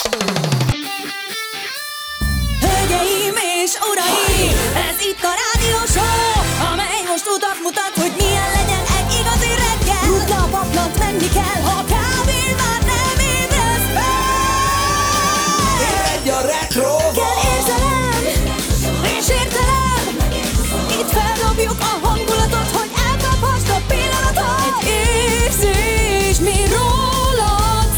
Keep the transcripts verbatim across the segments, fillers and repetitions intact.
Hölgyeim és uraim, ez itt a rádió show, amely most utat mutat, hogy milyen legyen egy igazi reggel. Rutna a paplant, menni kell, ha kávén már nem ébresz fel. Egy a retro. Kell érzelem és értelem, itt feldobjuk a hangulatot, hogy elkaphast a pillanatot. Egy érzés, mi rólad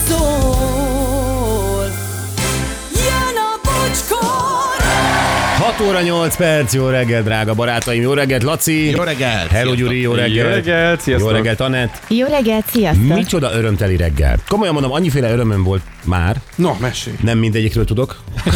szól. Jön a bocskor. hat óra nyolc perc, jó reggel, drága barátaim, jó reggelt, Laci. Jó reggelt. Hello, Gyuri, jó reggel. Jó reggelt, sziasztok. Jó reggelt, Anett. Jó reggelt, sziasztok! Micsoda örömteli reggel. Komolyan mondom, annyiféle örömöm volt már. No, mesélj. Nem mindegyikről tudok.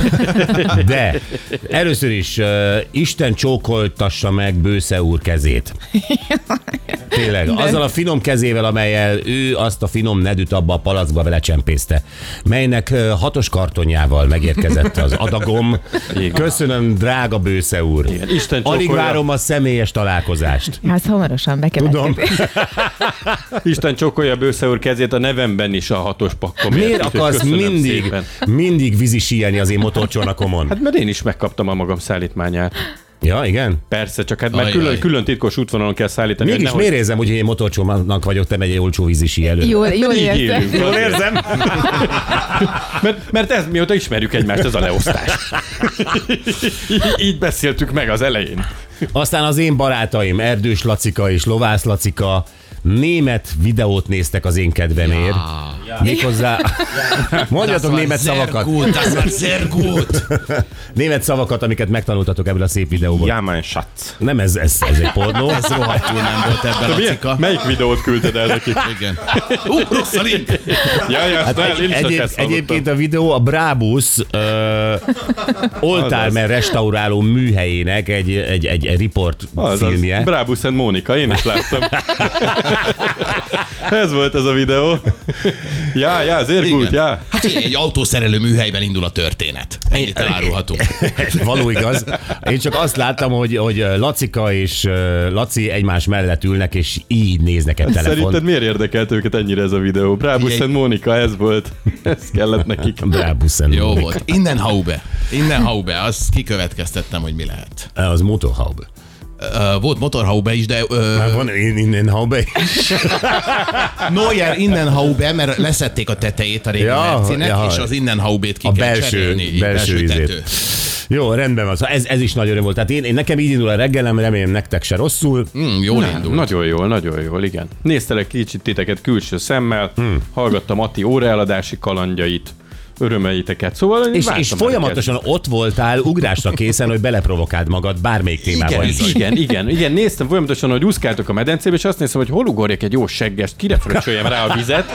De először is uh, Isten csókoltassa meg Bősze úr kezét. Tényleg, azzal a finom kezével, amelyel ő azt a finom nedűt abba a palackba belecsempészte, melynek uh, hatos kartonjával megérkezett az adagom. Köszönöm, drága Bősze úr. Igen, Isten Alig csókolja. várom a személyes találkozást. Hát hamarosan bekövetkezik. Tudom. Isten csókolja Bősze úr kezét a nevemben is a hatos pakkomért. Miért Úgyhogy akarsz köszönöm mindig, szépen. mindig vízisíjelni az én motorcsónakomon? Hát mert én is megkaptam a magam szállítmányát. Ja, igen? Persze, csak hát már Ajaj. külön, külön titkos útvonalon kell szállítani. Mégis nehogy- miért érzem, hogy én motorcsónak vagyok, te megy egy olcsó vízisíjelő? Jól, jól Így érzem. élünk. Jól érzem? Mert, mert ez mióta ismerjük egymást, ez a leosztás. így, így beszéltük meg az elején. Aztán az én barátaim, Erdős Lacika és Lovász Lacika német videót néztek az én kedvemért. Ja. Méghozzá, mondjatok német szavakat. Gut, das war sehr gut. Német szavakat, amiket megtanultatok ebből a szép videóból. Ja, mein Schatz. Nem, ez, ez, ez egy pornó. Ez rohadtul nem volt ebben a Milyen, cika. melyik videót küldted el neki? Igen. Ú, rossz a link. Ja, ja, Hát hát egy, én is egyéb, ezt hallottam. egyébként a videó a Brabus uh, oldtimer restauráló műhelyének egy, egy, egy, egy report Az, filmje. az. Brabus and Mónika, én is láttam. Ez volt ez a videó. Ja, ja, sehr gut, ja. Hát figyelj, egy autószerelő műhelyben indul a történet. Ennyit elárulhatunk. Való igaz. Én csak azt láttam, hogy, hogy Lacika és uh, Laci egymás mellett ülnek, és így néznek egy telefon. Szerinted miért érdekelt őket ennyire ez a videó? Brabus Figyelj. and Mónika, ez volt. Ez kellett nekik. Brabusen. Jó volt. Innen Haube. Innen Haube. Azt kikövetkeztettem, hogy mi lehet. Az Motorhaube. Uh, volt Motorhaube is, de... Uh, Van innen Haube. Neuer Innenhaube, mert leszették a tetejét a régi Ja, Mercinek, ja. és az Innenhaubét ki A kell belső, cserélni. Így, belső ízét. tető. Jó, rendben van. Szóval ez, ez is nagy öröm volt. Tehát én, én nekem így indul a reggelem, remélem nektek se rosszul. Mm, jól Nem, indult. nagyon jól, nagyon jól, igen. Néztelek kicsit titeket külső szemmel, hmm. hallgattam Ati óraeladási kalandjait, örömeiteket, szóval én És, vártam és el folyamatosan őket. ott voltál ugrásra készen, hogy beleprovokáld magad bármelyik témában. Igen, is. Igen, igen, igen, néztem folyamatosan, hogy úszkáltok a medencébe, és azt néztem, hogy hol ugorjak egy jó seggest, kire fröccsöljem rá a vizet.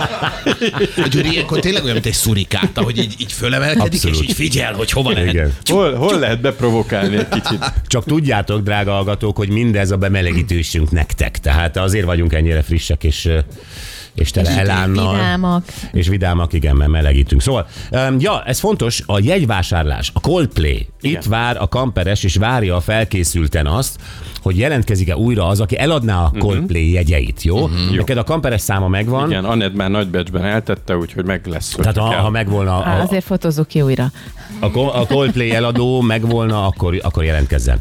A Gyuri ilyenkor tényleg olyan, mint egy szurikáta, hogy így, így fölemelkedik, Abszolút. és így figyel, hogy hova lehet. Igen. Hol, hol lehet beprovokálni egy kicsit? Csak tudjátok, drága hallgatók, hogy mindez a bemelegítősünk nektek. Tehát azért vagyunk ennyire frissek és, és tele elánnal. Vidámak. És vidámak, igen, mert melegítünk. Szóval, um, ja, ez fontos, a jegyvásárlás, a Coldplay. Igen. Itt vár a kamperes, és várja felkészülten azt, hogy jelentkezik-e újra az, aki eladná a Coldplay jegyeit, jó? Uh-huh. Neked a kamperes száma megvan. Igen, Anett már nagybecsben eltette, úgyhogy meg lesz. Tehát ha, ha megvolna Á, a, azért fotózzuk ki újra. a, a Coldplay eladó, megvolna, akkor, akkor jelentkezzen.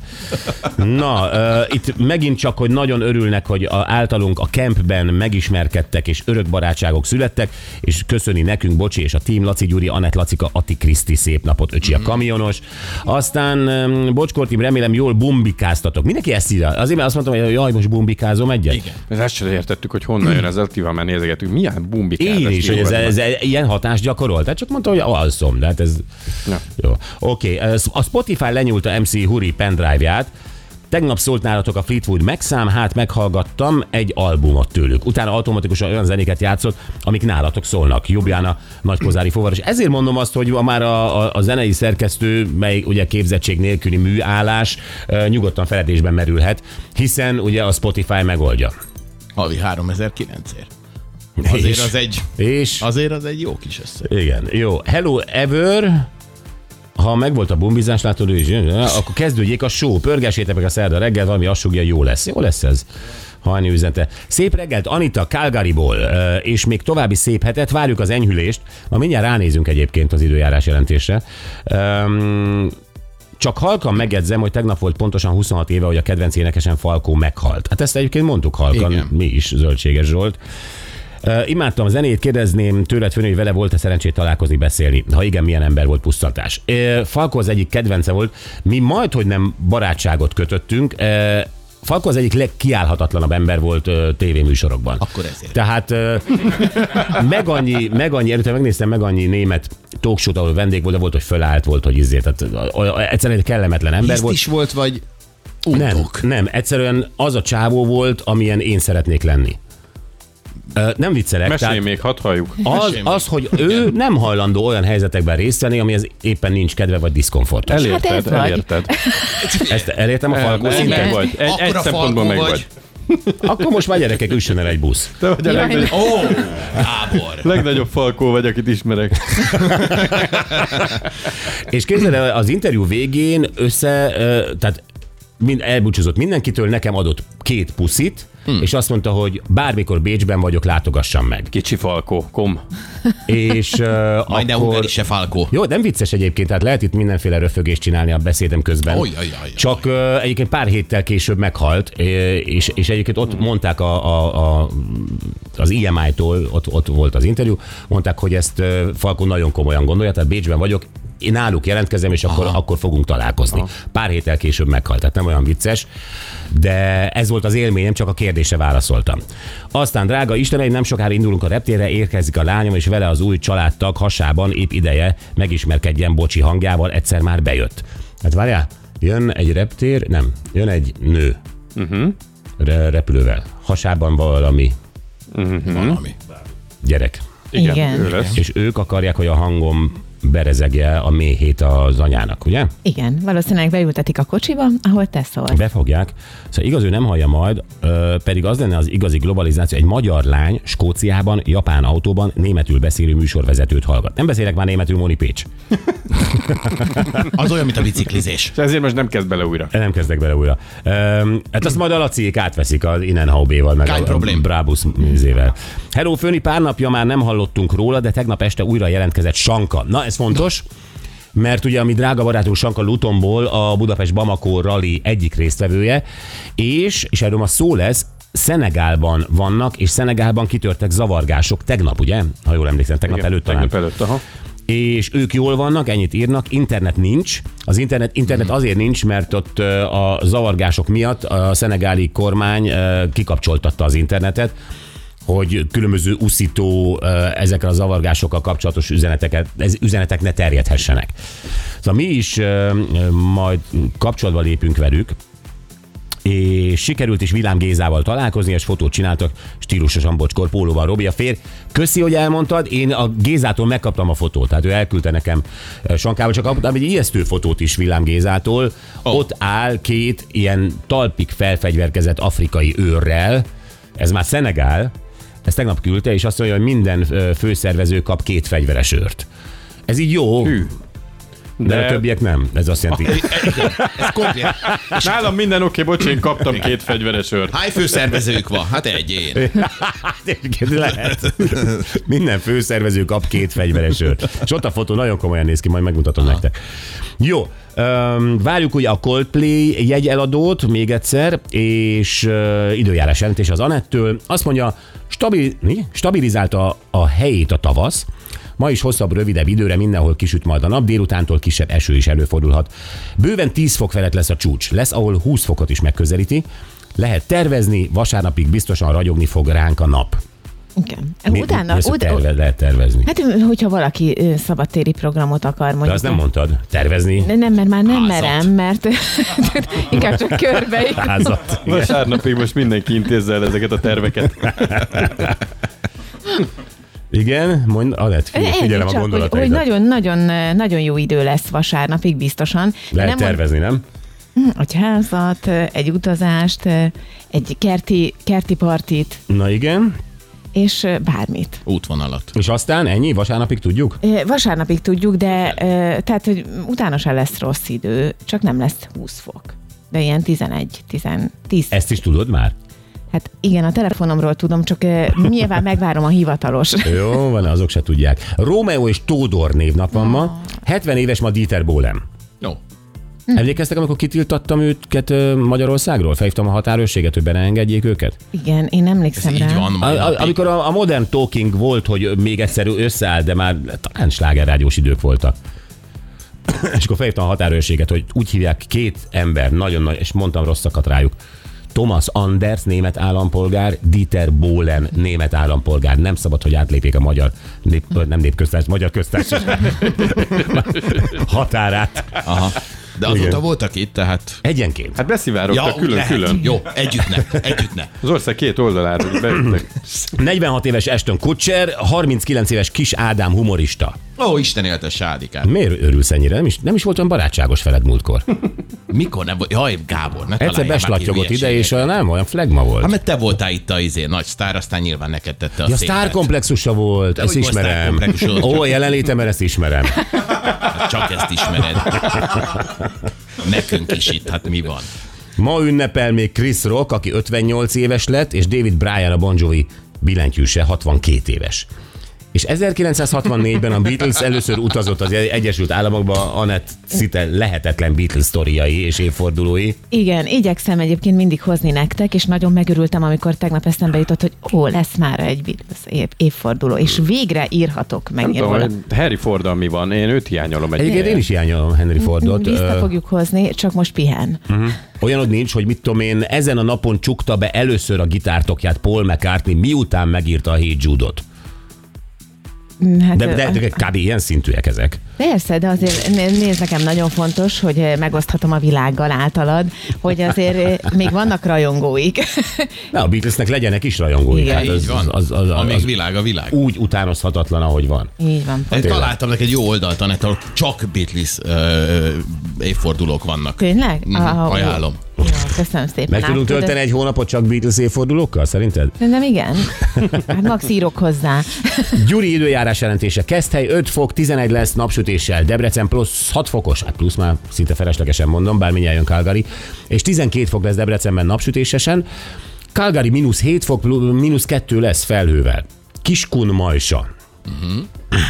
Na, uh, itt megint csak, hogy nagyon örülnek, hogy a, általunk a campben megismerkedtek, és örök barátságok születtek, és köszöni nekünk, Bocsi, és a team, Laci Gyuri, Anett Lacika, Ati Kriszti, szép napot, öcsi a kamionos. Aztán um, Bocskor team, remélem jól bumbikáztatok. Mindenki ezt írja. Azért mert azt mondtam, hogy jaj, most bumbikázom egyet. Igen. Ez ezt sem értettük, hogy honnan jön ez Attival, már nézegetünk. Milyen bumbikát. Én is, hogy ez, ez, ez ilyen hatást gyakorol. Tehát csak mondta, hogy alszom, de hát ez... Ja. Jó. Oké, okay. A Spotify lenyúlta em cé Huri pendrive-ját. Tegnap szólt nálatok a Fleetwood Mac szám, hát meghallgattam egy albumot tőlük. Utána automatikusan olyan zenéket játszott, amik nálatok szólnak. Jubjána, Nagykozári Fogaras. Ezért mondom azt, hogy már a, a, a zenei szerkesztő, mely ugye képzettség nélküli műállás, nyugodtan feledésben merülhet, hiszen ugye a Spotify megoldja. Havi háromezer-kilencért. Azért És? az egy, És? azért az egy jó kis összeg. Igen, jó. Hello Ever... ha megvolt a bumbizás, látod ő is, akkor kezdődjék a show, pörgessétek meg a szerda reggel, valami azt sugja, jó lesz. Jó lesz ez. Hajni üzenete. Szép reggelt Anita Calgaryból, és még további szép hetet, várjuk az enyhülést. Ma mindjárt ránézünk egyébként az időjárás jelentésre. Csak halkan megjegyzem, hogy tegnap volt pontosan huszonhat éve, hogy a kedvenc énekesen Falkó meghalt. Hát ezt egyébként mondtuk halkan, igen. Mi is, Zöldséges Zsolt. Uh, imádtam a zenét, kérdezném tőled főnő, hogy vele volt-e szerencsét találkozni, beszélni? Ha igen, milyen ember volt, pusztantás. Uh, Falkó az egyik kedvence volt, mi majd, hogy nem barátságot kötöttünk, uh, Falkó az egyik legkiállhatatlanabb ember volt uh, tévéműsorokban. Akkor ezért. Tehát uh, meg annyi, meg annyi, előtte megnéztem meg annyi német talkshow-t, ahol vendég volt, de volt, hogy fölállt, volt, hogy izzét. Tehát uh, uh, egyszerűen egy kellemetlen ember Hiszt volt. is volt, vagy nem, untok? nem, egyszerűen az a csávó volt, amilyen én szeretnék lenni. Uh, nem viccelek. Mesélj tehát még, hadd halljuk. Az, az, hogy ő nem hajlandó olyan helyzetekben részt venni, amihez éppen nincs kedve vagy diszkomfortos. Elérted, Hát ez vagy. elérted. Ezt elértem a Falkó El- szinten? meg vagy. Egy, Akkor egy a szempontból Falkó meg vagy. vagy. Akkor most már gyerekek, üssön el egy busz. Te vagy a Jaj, legnagyobb, Ó, Gábor. legnagyobb Falkó vagy, akit ismerek. És képzeld el, az interjú végén össze, ö, tehát mind, elbúcsúzott mindenkitől, nekem adott két puszit, hmm. és azt mondta, hogy bármikor Bécsben vagyok, látogassam meg. Kicsi Falkó, kom. És uh, Majd ne akkor... ugrani se Falkó. Jó, nem vicces egyébként, tehát lehet itt mindenféle röfögést csinálni a beszédem közben. Oj, oj, oj, oj. Csak uh, egyébként pár héttel később meghalt, és, és egyébként ott mondták a, a, a, az i em i-tól, ott, ott volt az interjú, mondták, hogy ezt uh, Falkó nagyon komolyan gondolja, tehát Bécsben vagyok, én náluk jelentkezem, és akkor, akkor fogunk találkozni. Aha. Pár héttel később meghalt, tehát nem olyan vicces, de ez volt az élményem, csak a kérdésre válaszoltam. Aztán, drága Isteneim, nem sokára indulunk a reptérre, érkezik a lányom, és vele az új családtag hasában épp ideje megismerkedjen Bocsi hangjával, egyszer már bejött. Hát várjál, jön egy reptér, nem, jön egy nő. Uh-huh. Re- repülővel. Hasában valami Uh-huh. Valami. gyerek. Igen, Igen. ő lesz. És ők akarják, hogy a hangom berezegje a méhét az anyának, ugye? Igen, valószínűleg beültetik a kocsiba, ahol te szólsz. Befogják. Szóval igaz, ő nem hallja majd, ö, pedig az lenne az igazi globalizáció. Egy magyar lány Skóciában, japán autóban németül beszélő műsorvezetőt hallgat. Nem beszélek már németül, Móni Pécs. Az olyan, mint a biciklizés. És ezért most nem kezd bele újra. Nem kezdek bele újra. Ö, hát azt majd a Laciék átveszik az Innenhaubéval, meg Kein a, Problem. a Brabus műzével. Hello, Főni, pár napja már nem hallottunk róla, de tegnap este újra jelentkezett Sanka. Na, ez fontos. Mert ugye a mi drága barátunk Sanka Lutonból a Budapest-Bamako Rally egyik résztvevője, és, és erről ma szó lesz, Szenegálban vannak, és Szenegálban kitörtek zavargások tegnap, ugye? Ha jól emlékszem, tegnap Igen, előtt talán. tegnap előtt, aha. És ők jól vannak, ennyit írnak, internet nincs. Az internet, internet azért nincs, mert ott ö, a zavargások miatt a szenegáli kormány ö, kikapcsoltatta az internetet, hogy különböző uszító, ezekkel a zavargásokkal kapcsolatos üzeneteket, ez, üzenetek ne terjedhessenek. Szóval mi is majd kapcsolatba lépünk velük, és sikerült is Vilám Gézával találkozni, és fotót csináltak stílusosan bocskor pólóval. Robi, a férj, köszi, hogy elmondtad, én a Gézától megkaptam a fotót, tehát ő elküldte nekem Sankával, csak kaptam egy ijesztő fotót is Vilám Gézától, oh. Ott áll két ilyen talpig felfegyverkezett afrikai őrrel, ez már Szenegál, ezt tegnap küldte, és azt mondja, hogy minden főszervező kap két fegyveres őrt. Ez így jó, Hű. de, de a többiek nem. Ez azt jelenti. Ez konkrét. Nálam minden oké, bocs, én kaptam két fegyveres őrt. Hány főszervezők van? Hát egy én. Egyébként lehet. Minden főszervező kap két fegyveres őrt. És ott a fotó nagyon komolyan néz ki, majd megmutatom Aha. nektek. Jó, um, várjuk ugye a Coldplay jegyeladót még egyszer, és uh, időjárás jelentés az Anettől. Azt mondja, stabil, mi? stabilizálta a helyét a tavasz. Ma is hosszabb, rövidebb időre mindenhol kisüt majd a nap, délutántól kisebb eső is előfordulhat. Bőven tíz fok felett lesz a csúcs, lesz, ahol húsz fokot is megközelíti. Lehet tervezni, vasárnapig biztosan ragyogni fog ránk a nap. Igen. Mi, Utána, mi az, hogy utána, terve, lehet tervezni? hát, hogyha valaki ö, szabadtéri programot akar, mondjuk. De azt nem mondtad, tervezni? De nem, mert már nem Házat. merem, mert inkább csak körbe. Házat. Igen. Vasárnapig most mindenki intézze el ezeket a terveket. Igen, mondj, Anett, figyelj, figyelem a Ennyi csak, hogy, hogy gondolataidat. nagyon, nagyon, nagyon jó idő lesz vasárnapig biztosan. Lehet nem tervezni, nem? mond, egy házat, egy utazást, egy kerti, kerti partit. Na igen. és ö, bármit. Útvonalat. És aztán ennyi? Vasárnapig tudjuk? Ö, Vasárnapig tudjuk, de ö, tehát, hogy utána se lesz rossz idő, csak nem lesz húsz fok. De ilyen tizenegy, tíz. Ezt is tudod már? Hát igen, a telefonomról tudom, csak ö, nyilván megvárom a hivatalos. Jó, van, azok se tudják. Rómeó és Tódor névnap van ma. hetven éves ma Dieter Bohlen. Jó. Hm. Emlékeztek, amikor kitiltattam őket ö, Magyarországról? Felhívtam a határőrséget, hogy be ne engedjék őket? Igen, én emlékszem Ez rá. így van. A, mai a, napig. amikor a, a Modern Talking volt, hogy még egyszer összeáll, de már talán slágerrádiós idők voltak. És akkor felhívtam a határőrséget, hogy úgy hívják két ember, nagyon nagy, és mondtam rosszakat rájuk. Thomas Anders, német állampolgár, Dieter Bohlen, német állampolgár. Nem szabad, hogy átlépjék a magyar, nép, nem népköztárs, magyar köztársaság határát. Aha. De azóta Igen. voltak itt, tehát... Egyenként. Hát beszivárogtak Ja, úgy külön-külön. lehet. Jó, együtt ne, együtt ne. Az ország két oldaláról így bejöttek. negyvenhat éves Ashton Kutcher, harminckilenc éves Kis Ádám humorista. Ó, Isten élte Sádikát. Miért örülsz ennyire? Nem is, nem is volt olyan barátságos veled múltkor. Mikor nem volt? Jaj, Gábor, ne Egyszer találjál már ki beslattyogott ide, hülyeségeket. és olyan nem olyan flagma volt. Hát mert te voltál itt a izé, nagy sztár, aztán nyilván neked tette a Ja, szépet. sztárkomplexusa volt, De ezt hogy volt ismerem. sztárkomplexusod? Ó, jelenlétemben ezt ismerem. Csak ezt ismered. Nekünk is itt, hát mi van? Ma ünnepel még Chris Rock, aki ötvennyolc éves lett, és David Bryan, a Bon Jovi billentyűse, hatvankét éves. És ezerkilencszázhatvannégyben a Beatles először utazott az Egyesült Államokba, Anett szinte lehetetlen Beatles sztoriai és évfordulói. Igen, igyekszem egyébként mindig hozni nektek, és nagyon megörültem, amikor tegnap eszembe jutott, hogy ó, lesz már egy Beatles év, évforduló, és végre írhatok meg Nem tudom, róla. hogy Harry Forddal mi van, én őt hiányolom egy Egyébként én is hiányolom Henry Fordot. Vissza Ö, fogjuk hozni, csak most pihen. Olyanod nincs, hogy mit tudom én, ezen a napon csukta be először a gitártokját Paul McCartney, miután megírta a Hey Jude-ot. Hát, De, de, de kb. Ilyen szintűek ezek. Persze, de azért né- nézd, nekem nagyon fontos, hogy megoszthatom a világgal általad, hogy azért még vannak rajongóik. Na, a Beatlesnek legyenek is rajongói. Igen. Hát Így van. Az, az, az, Amíg az világ a világ. úgy utánozhatatlan, ahogy van. Így van. Én találtam neked egy jó oldalt, Anett, ahol csak Beatles ö, évfordulók vannak. Tényleg? Mhm, Ah, ajánlom. Jó, köszönöm szépen. Meg tudunk Látod, tölteni egy hónapot csak Beatles évfordulókkal, szerinted? Nem, igen. Hát max írok hozzá. Gyuri időjárás jelentése. Keszthely öt fok, tizenegy lesz napsütéssel. Debrecen plusz hat fokos, hát plusz már szinte feleslegesen mondom, bár mindjárt jön Calgary. És tizenkét fok lesz Debrecenben napsütésesen. Calgary mínusz hét fok, mínusz kettő lesz felhővel. Kiskun Majsa. Uh-huh.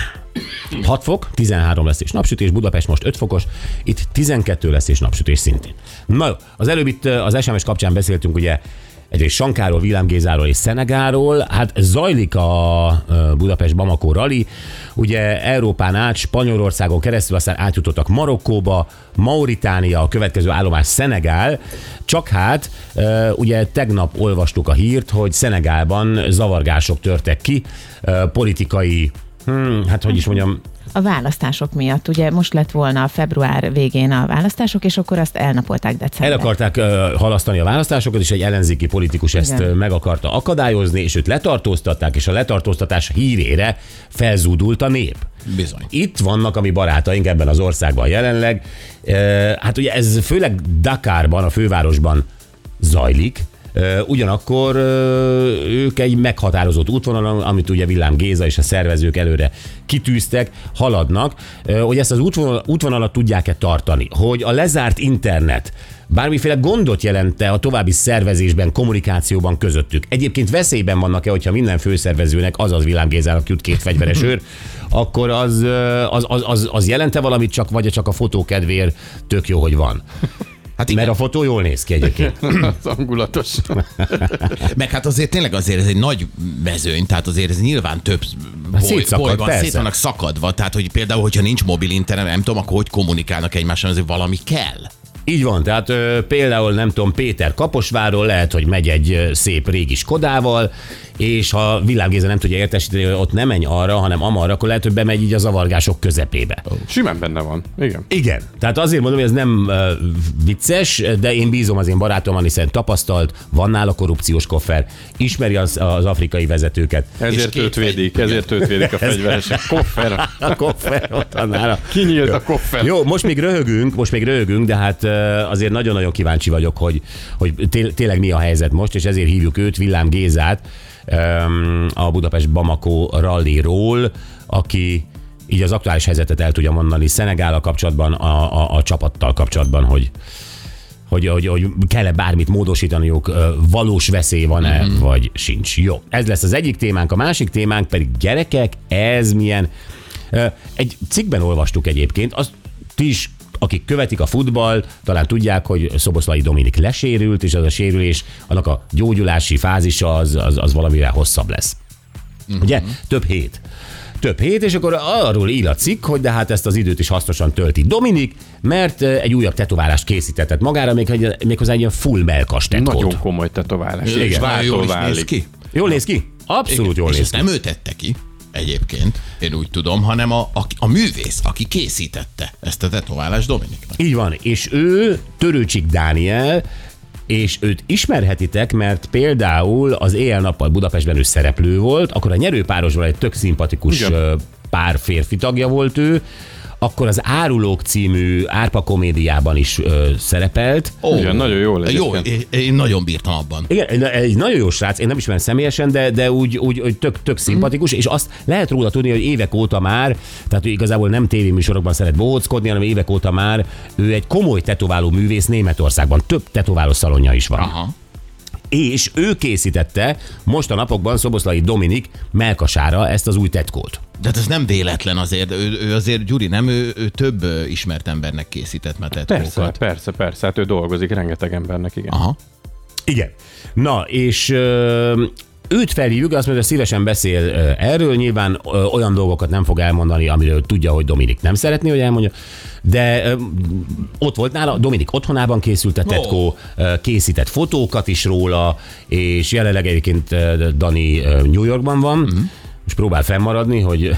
hat fok, tizenhárom lesz és napsütés, Budapest most öt fokos, itt tizenkettő lesz és napsütés szintén. Na jó, az előbb itt az es em es kapcsán beszéltünk ugye egyrészt Sankáról, Vilám Gézáról és Szenegáról, hát zajlik a Budapest-Bamako rally, ugye Európán át, Spanyolországon keresztül, aztán átjutottak Marokkóba, Mauritánia, a következő állomás Szenegál, csak hát ugye tegnap olvastuk a hírt, hogy Szenegálban zavargások törtek ki, politikai Hmm, hát hogy is mondjam, A választások miatt, ugye most lett volna február végén a választások, és akkor azt elnapolták decemberre. el akarták uh, halasztani a választásokat, és egy ellenzéki politikus ezt Igen. meg akarta akadályozni, és őt letartóztatták, és a letartóztatás hírére felzúdult a nép. Bizony. Itt vannak a mi barátaink ebben az országban jelenleg. Uh, hát ugye ez főleg Dakarban, a fővárosban zajlik, Uh, ugyanakkor uh, ők egy meghatározott útvonalon, amit ugye Vilám Géza és a szervezők előre kitűztek, haladnak, uh, hogy ezt az útvonal, útvonalat tudják-e tartani, hogy a lezárt internet bármiféle gondot jelente a további szervezésben, kommunikációban közöttük. Egyébként veszélyben vannak-e, hogyha minden főszervezőnek, azaz Vilám Gézának jut két fegyveres őr, akkor az, az, az, az, az jelente valamit, csak vagy csak a fotó kedvéért tök jó, hogy van. Hát Mert a fotó jól néz ki egyébként. Az angulatos. Meg hát azért tényleg azért ez egy nagy mezőny, tehát azért ez nyilván több boly, szétszakad, boly van, persze. szét vannak szakadva, tehát hogy például, hogyha nincs mobil internet, nem tudom, akkor hogy kommunikálnak egymással, azért valami kell. Így van, tehát ö, például nem tudom, Péter Kaposvárról lehet, hogy megy egy ö, szép régi Skodával, és ha Vilám Géza nem tudja értesíteni, hogy ott nem menj arra, hanem amarra, akkor lehet, hogy bemegy így a zavargások közepébe. Simán benne van. Igen. Igen, tehát azért mondom, hogy ez nem uh, vicces, de én bízom az én barátomban, hiszen tapasztalt, van nála korrupciós koffer, ismeri az, az afrikai vezetőket. Ezért két őt védik, fegy- ezért őt védik a fegyveresek. Koffer. A koffer ott van nála. Kinyílt a koffer. Jó, most még röhögünk, most még röhögünk, de hát uh, azért nagyon-nagyon kíváncsi vagyok, hogy, hogy tényleg mi a helyzet most, és ezért hívjuk őt, Villám Gézát, a Budapest-Bamako rallyról, aki így az aktuális helyzetet el tudja mondani Szenegállal kapcsolatban, a, a, a csapattal kapcsolatban, hogy hogy, hogy, hogy kell-e bármit módosítaniuk, valós veszély van-e, mm-hmm. vagy sincs. Jó, ez lesz az egyik témánk, a másik témánk pedig gyerekek, ez milyen. Egy cikkben olvastuk egyébként, azt ti is, akik követik a futball, talán tudják, hogy Szoboszlai Dominik lesérült, és az a sérülés, annak a gyógyulási fázisa az, az, az valamivel hosszabb lesz. Mm-hmm. Ugye? Több hét. Több hét, és akkor arról ír a cikk, hogy de hát ezt az időt is hasznosan tölti Dominik, mert egy újabb tetoválást készítetett magára, még, méghozzá egy ilyen full melkas tetkót. Nagyon komoly tetoválás. És jól néz ki. Jól néz ki? Abszolút jól és néz ki. nem ő tette ki egyébként, én úgy tudom, hanem a, a, a művész, aki készítette ezt a tetoválást Dominiknak. Így van, és ő Törőcsik Dániel, és őt ismerhetitek, mert például az Éjjel-nappal Budapestben ő szereplő volt, akkor a Nyerőpárosban egy tök szimpatikus Igen. pár férfi tagja volt ő, akkor az Árulók című árpa komédiában is ö, szerepelt. Oh, igen, nagyon jól Jó, én, én nagyon bírtam abban. Igen, egy nagyon jó srác, én nem ismerem személyesen, de, de úgy, úgy, úgy tök, tök szimpatikus, mm. és azt lehet róla tudni, hogy évek óta már, tehát igazából nem tévéműsorokban szeret bohóckodni, hanem évek óta már ő egy komoly tetováló művész Németországban. Több tetováló szalonja is van. Aha. És ő készítette most a napokban Szoboszlai Dominik melkasára ezt az új tetkót. De hát ez nem véletlen azért, ő, ő azért, Gyuri, nem, ő, ő több ismert embernek készített már tetkókat. Persze, persze, persze, hát ő dolgozik rengeteg embernek, igen. Aha. Igen. Na, és ö, őt felhívjuk, azt mondja, szívesen beszél ö, erről, nyilván ö, olyan dolgokat nem fog elmondani, amiről tudja, hogy Dominik nem szeretné, hogy elmondja, de ö, ott volt nála, Dominik otthonában készült a tetkó, ö, készített fotókat is róla, és jelenleg egyébként ö, Dani ö, New Yorkban van, mm-hmm. és próbál fennmaradni, hogy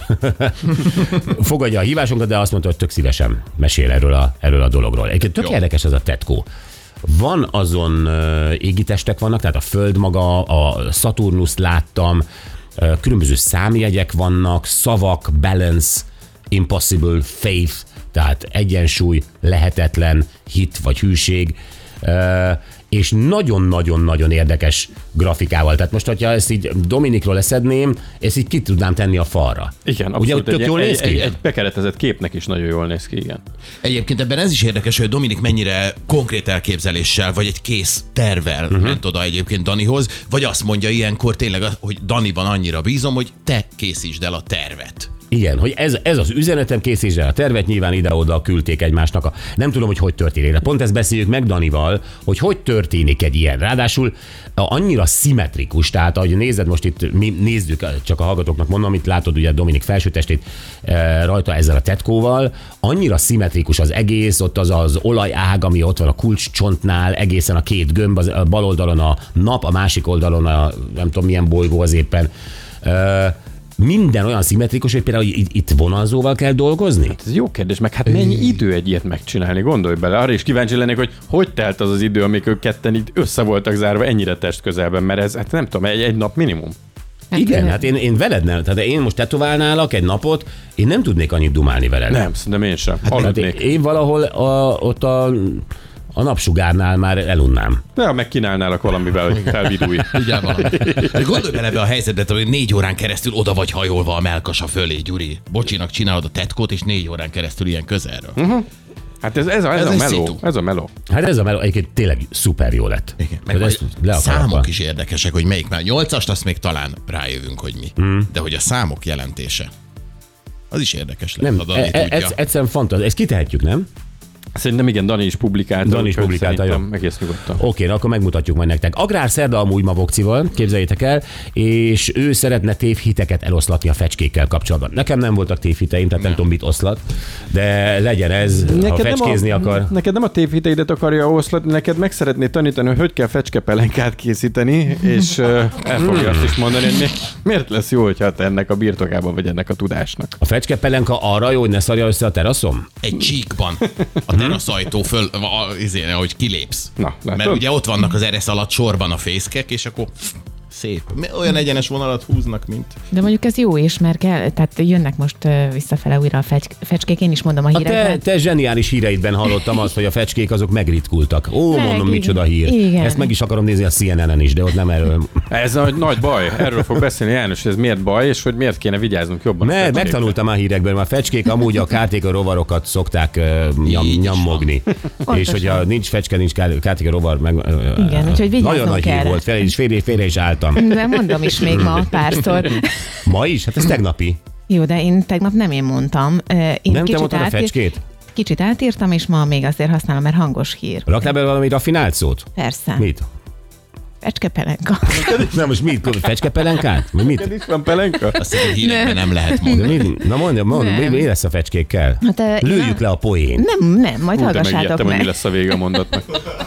fogadja a hívásunkat, de azt mondta, hogy tök szívesen mesél erről a, erről a dologról. Egyébként tök Jó. érdekes ez a tetkó. Van azon uh, égitestek vannak, tehát a Föld maga, a Saturnust láttam, uh, különböző számjegyek vannak, szavak, balance, impossible, faith, tehát egyensúly, lehetetlen, hit vagy hűség, uh, és nagyon-nagyon-nagyon érdekes grafikával. Tehát most, hogyha ezt így Dominikról leszedném, ezt így ki tudnám tenni a falra. Igen, ugye, abszolút. Tök egy, jól egy, néz ki? egy, egy bekeretezett képnek is nagyon jól néz ki, igen. Egyébként ebben ez is érdekes, hogy Dominik mennyire konkrét elképzeléssel, vagy egy kész tervvel uh-huh. ment oda egyébként Danihoz, vagy azt mondja ilyenkor tényleg, hogy Daniban annyira bízom, hogy te készítsd el a tervet. Igen, hogy ez, ez az üzenetem, készítsd el a tervet, nyilván ide-oda küldték egymásnak. A, nem tudom, hogy hogy történik, de pont ezt beszéljük meg Danival, hogy hogy történik egy ilyen. Ráadásul annyira szimmetrikus, tehát ahogy nézed most itt, mi nézzük, csak a hallgatóknak mondom, itt látod ugye Dominik felsőtestét e, rajta ezzel a tetkóval, annyira szimmetrikus az egész, ott az az olajág, ami ott van a kulcscsontnál, egészen a két gömb, az, a bal oldalon a nap, a másik oldalon a nem tudom milyen bolygó az éppen. E, Minden olyan szimmetrikus, hogy például itt, itt vonalzóval kell dolgozni? Hát ez jó kérdés, meg hát mennyi idő egy ilyet megcsinálni, gondolj bele. Arra is kíváncsi lennék, hogy hogy telt az az idő, amíg ők ketten így össze voltak zárva ennyire test közelben, mert ez, hát nem tudom, egy, egy nap minimum. Hát igen, hát én, én veled nem, tehát én most tetoválnálak egy napot, én nem tudnék annyit dumálni veled. Nem, szerintem én sem. Hát én, én valahol a, ott a... A napsugárnál már elunnám. De meg kínálnálak valamivel, hogy felvidulj. Ugyan valami. Gondolj bele ebbe a helyzetbe, hogy négy órán keresztül oda vagy hajolva a melkasa fölé, Gyuri. Bocsinak, csinálod a tetkót, és négy órán keresztül ilyen közelről. Uh-huh. Hát ez, ez, a, ez, ez, a meló, ez a meló. Hát ez a meló egyébként tényleg szuper jó lett. Igen. Meg ezt számok is érdekesek, hogy melyik már. Nyolcast azt még talán rájövünk, hogy mi. Hmm. De hogy a számok jelentése, az is érdekes lesz. Nem, e- e- ez, egyszerűen fantasztikus. Ezt kitehetjük, nem? Szerintem igen, Dani is publikálta. Dani is publikálta, jó. Egész nyugodtan. Oké, na, akkor megmutatjuk majd nektek. Agrárszerda amúgy ma Vokcival, képzeljétek el, és ő szeretne tévhiteket eloszlatni a fecskékkel kapcsolatban. Nekem nem voltak tévhiteim, tehát nem, nem tudom, mit oszlat, de legyen ez, neked ha fecskézni a, akar. Neked nem a tévhiteidet akarja oszlatni, neked meg szeretné tanítani, hogy hogy kell fecskepelenkát készíteni, és uh, el fogja azt is mondani, hogy miért lesz jó, hogyha te ennek a birtokában vagy ennek a tudásnak. A fecskepelenka arra jó, hogy ne szarja össze a teraszom? Egy csíkban. A teraszajtó föl, izé, ahogy kilépsz. Na, mert ugye ott vannak az eresz alatt sorban a fészkek, és akkor Szép. Olyan egyenes vonalat húznak, mint... De mondjuk ez jó is, mert kell, tehát jönnek most ö, visszafele újra a fecs, fecskék, én is mondom a A hírekben. te, te zseniális híreidben hallottam azt, hogy a fecskék azok megritkultak. Ó, Meg, mondom, igen. micsoda hír. Igen. Ezt meg is akarom nézni a C N N-en is, de ott nem erről. Ez a nagy baj. Erről fog beszélni János, ez miért baj, és hogy miért kéne vigyáznunk jobban. a Ne, fecskékre. megtanultam a hírekből, mert a fecskék amúgy a kártéka rovarokat szokták uh, nyam, Így is nyomogni. És hogyha nincs fecske, nincs kár- kártéka rovar, meg... Uh, Igen, úgyhogy vigyázzunk nagyon nagy hír erre. volt, félre is, félre, félre is álltam. De mondom is még ma párszor. Ma is? Hát ez tegnapi. Jó, de én tegnap nem én mondtam. Ö, Én Nem te mondtad a átír- fecskét? Kicsit átírtam, és ma még azért használom, mert hangos hír. Raktál be valami rafinált szót? Persze. Mit? Fecskepelenka. Na most mit? Fecskepelenkát? Vagy mit? Neked is van pelenka? Azt hiszem, hírekben nem lehet De mondani. mi? Na mondja, mondja, mi, Nem. mi lesz a fecskékkel? Hát, ö, Lőjük le a poént. Nem, nem, majd Hú, de hallgassátok megijedtem, hogy mi meg. lesz a vége a mondatnak.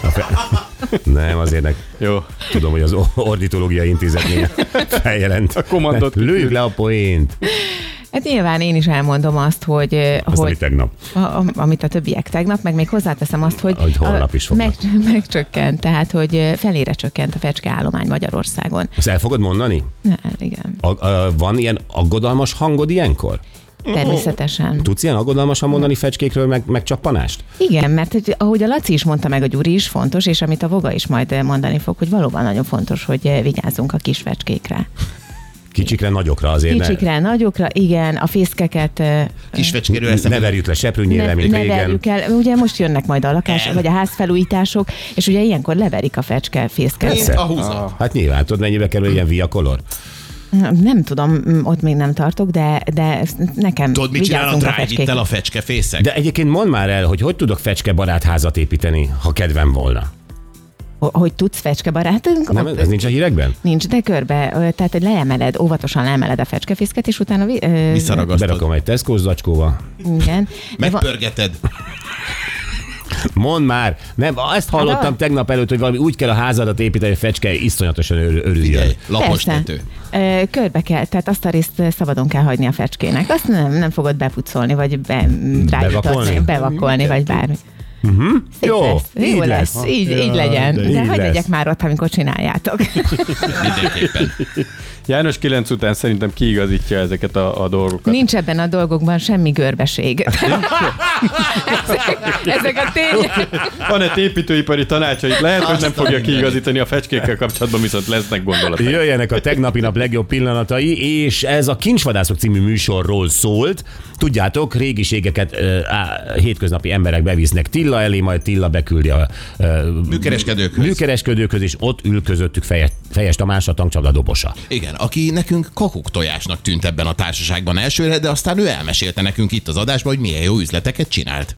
Nem, azért nek, Jó. tudom, hogy az Ornitológiai Intézetnél feljelent. A kommandot Lőjük le a poént. Hát nyilván én is elmondom azt, hogy, ö, Azt, hogy amit tegnap. a, a, amit a többiek tegnap, meg még hozzáteszem azt, hogy, Hogy holnap is fognak. meg, megcsökkent, tehát hogy ö, felére csökkent a fecske állomány Magyarországon. Ezt el fogod mondani? Ne, igen, A, a, van ilyen aggodalmas hangod ilyenkor? természetesen. Tudsz ilyen aggodalmasan mondani fecskékről, meg, meg csappanást? Igen, mert hogy, ahogy a Laci is mondta, meg a Gyuri is fontos, és amit a Voga is majd mondani fog, hogy valóban nagyon fontos, hogy vigyázzunk a kis fecskékre. Kicsikre, nagyokra azért. Kicsikre, nagyokra, igen, a fészkeket ö, Kis fecskéről Ne, eszembe. ne verjük le seprűnyére, ne, mint ne régen. verjük el. Ugye most jönnek majd a lakás, El. vagy a házfelújítások, és ugye ilyenkor leverik a fecske fészket. Mint a húzat. Hát nyilván, tudod, mennyibe kerül ilyen viakolor? Nem tudom, ott még nem tartok, de, de nekem Tudod, mit csinál a vigyázzunk drágyittel fecskékre. a fecskefészek? De egyébként mondd már el, hogy hogy tudok fecske barát házat építeni, ha kedvem volna. Hogy tudsz fecskebarátunk? Nem, Ott ez nincs a hírekben? nincs, de körbe, ö, tehát hogy leemeled, óvatosan leemeled a fecskefészket, és utána vi- ö, Visszaragasztod. Berakom egy Tesco zacskóba. igen. De van- Megpörgeted. Mondd már! Nem, ezt hallottam Hát a- tegnap előtt, hogy valami úgy kell a házadat építeni, hogy a fecske iszonyatosan ör- örüljön. Figyelj, lapos Persze. tető. Ö, Körbe kell, tehát azt a részt szabadon kell hagyni a fecskének. Azt nem, nem fogod bepucolni, vagy be, Bevakolni? bevakolni, vagy bármi. Szép Jó, lesz, így jó lesz. lesz. Így, Ja, így legyen. de De, így hogy lesz. legyek már ott, amikor csináljátok. Mindenképpen. János kilenc után szerintem kiigazítja ezeket a, a dolgokat. Nincs ebben a dolgokban semmi görbeség. ezek, ezek a tények. Van egy építőipari tanácsait, lehet, hogy nem Azt a fogja mindenit. kiigazítani a fecskékkel kapcsolatban, viszont lesznek gondolatok. Jöjjenek a tegnapi nap legjobb pillanatai, és ez a Kincsvadászok című műsorról szólt. Tudjátok, régiségeket ö, á, hétköznapi emberek bevisznek Tilla elé, majd Tilla beküldi a ö, Műkereskedőkhöz. műkereskedőkhöz, és ott ül közöttük Fejes, Fejes Tamás, a tankcsapda dobosa. Igen, aki nekünk kakuk tojásnak tűnt ebben a társaságban elsőre, de aztán ő elmesélte nekünk itt az adásban, hogy milyen jó üzleteket csinált.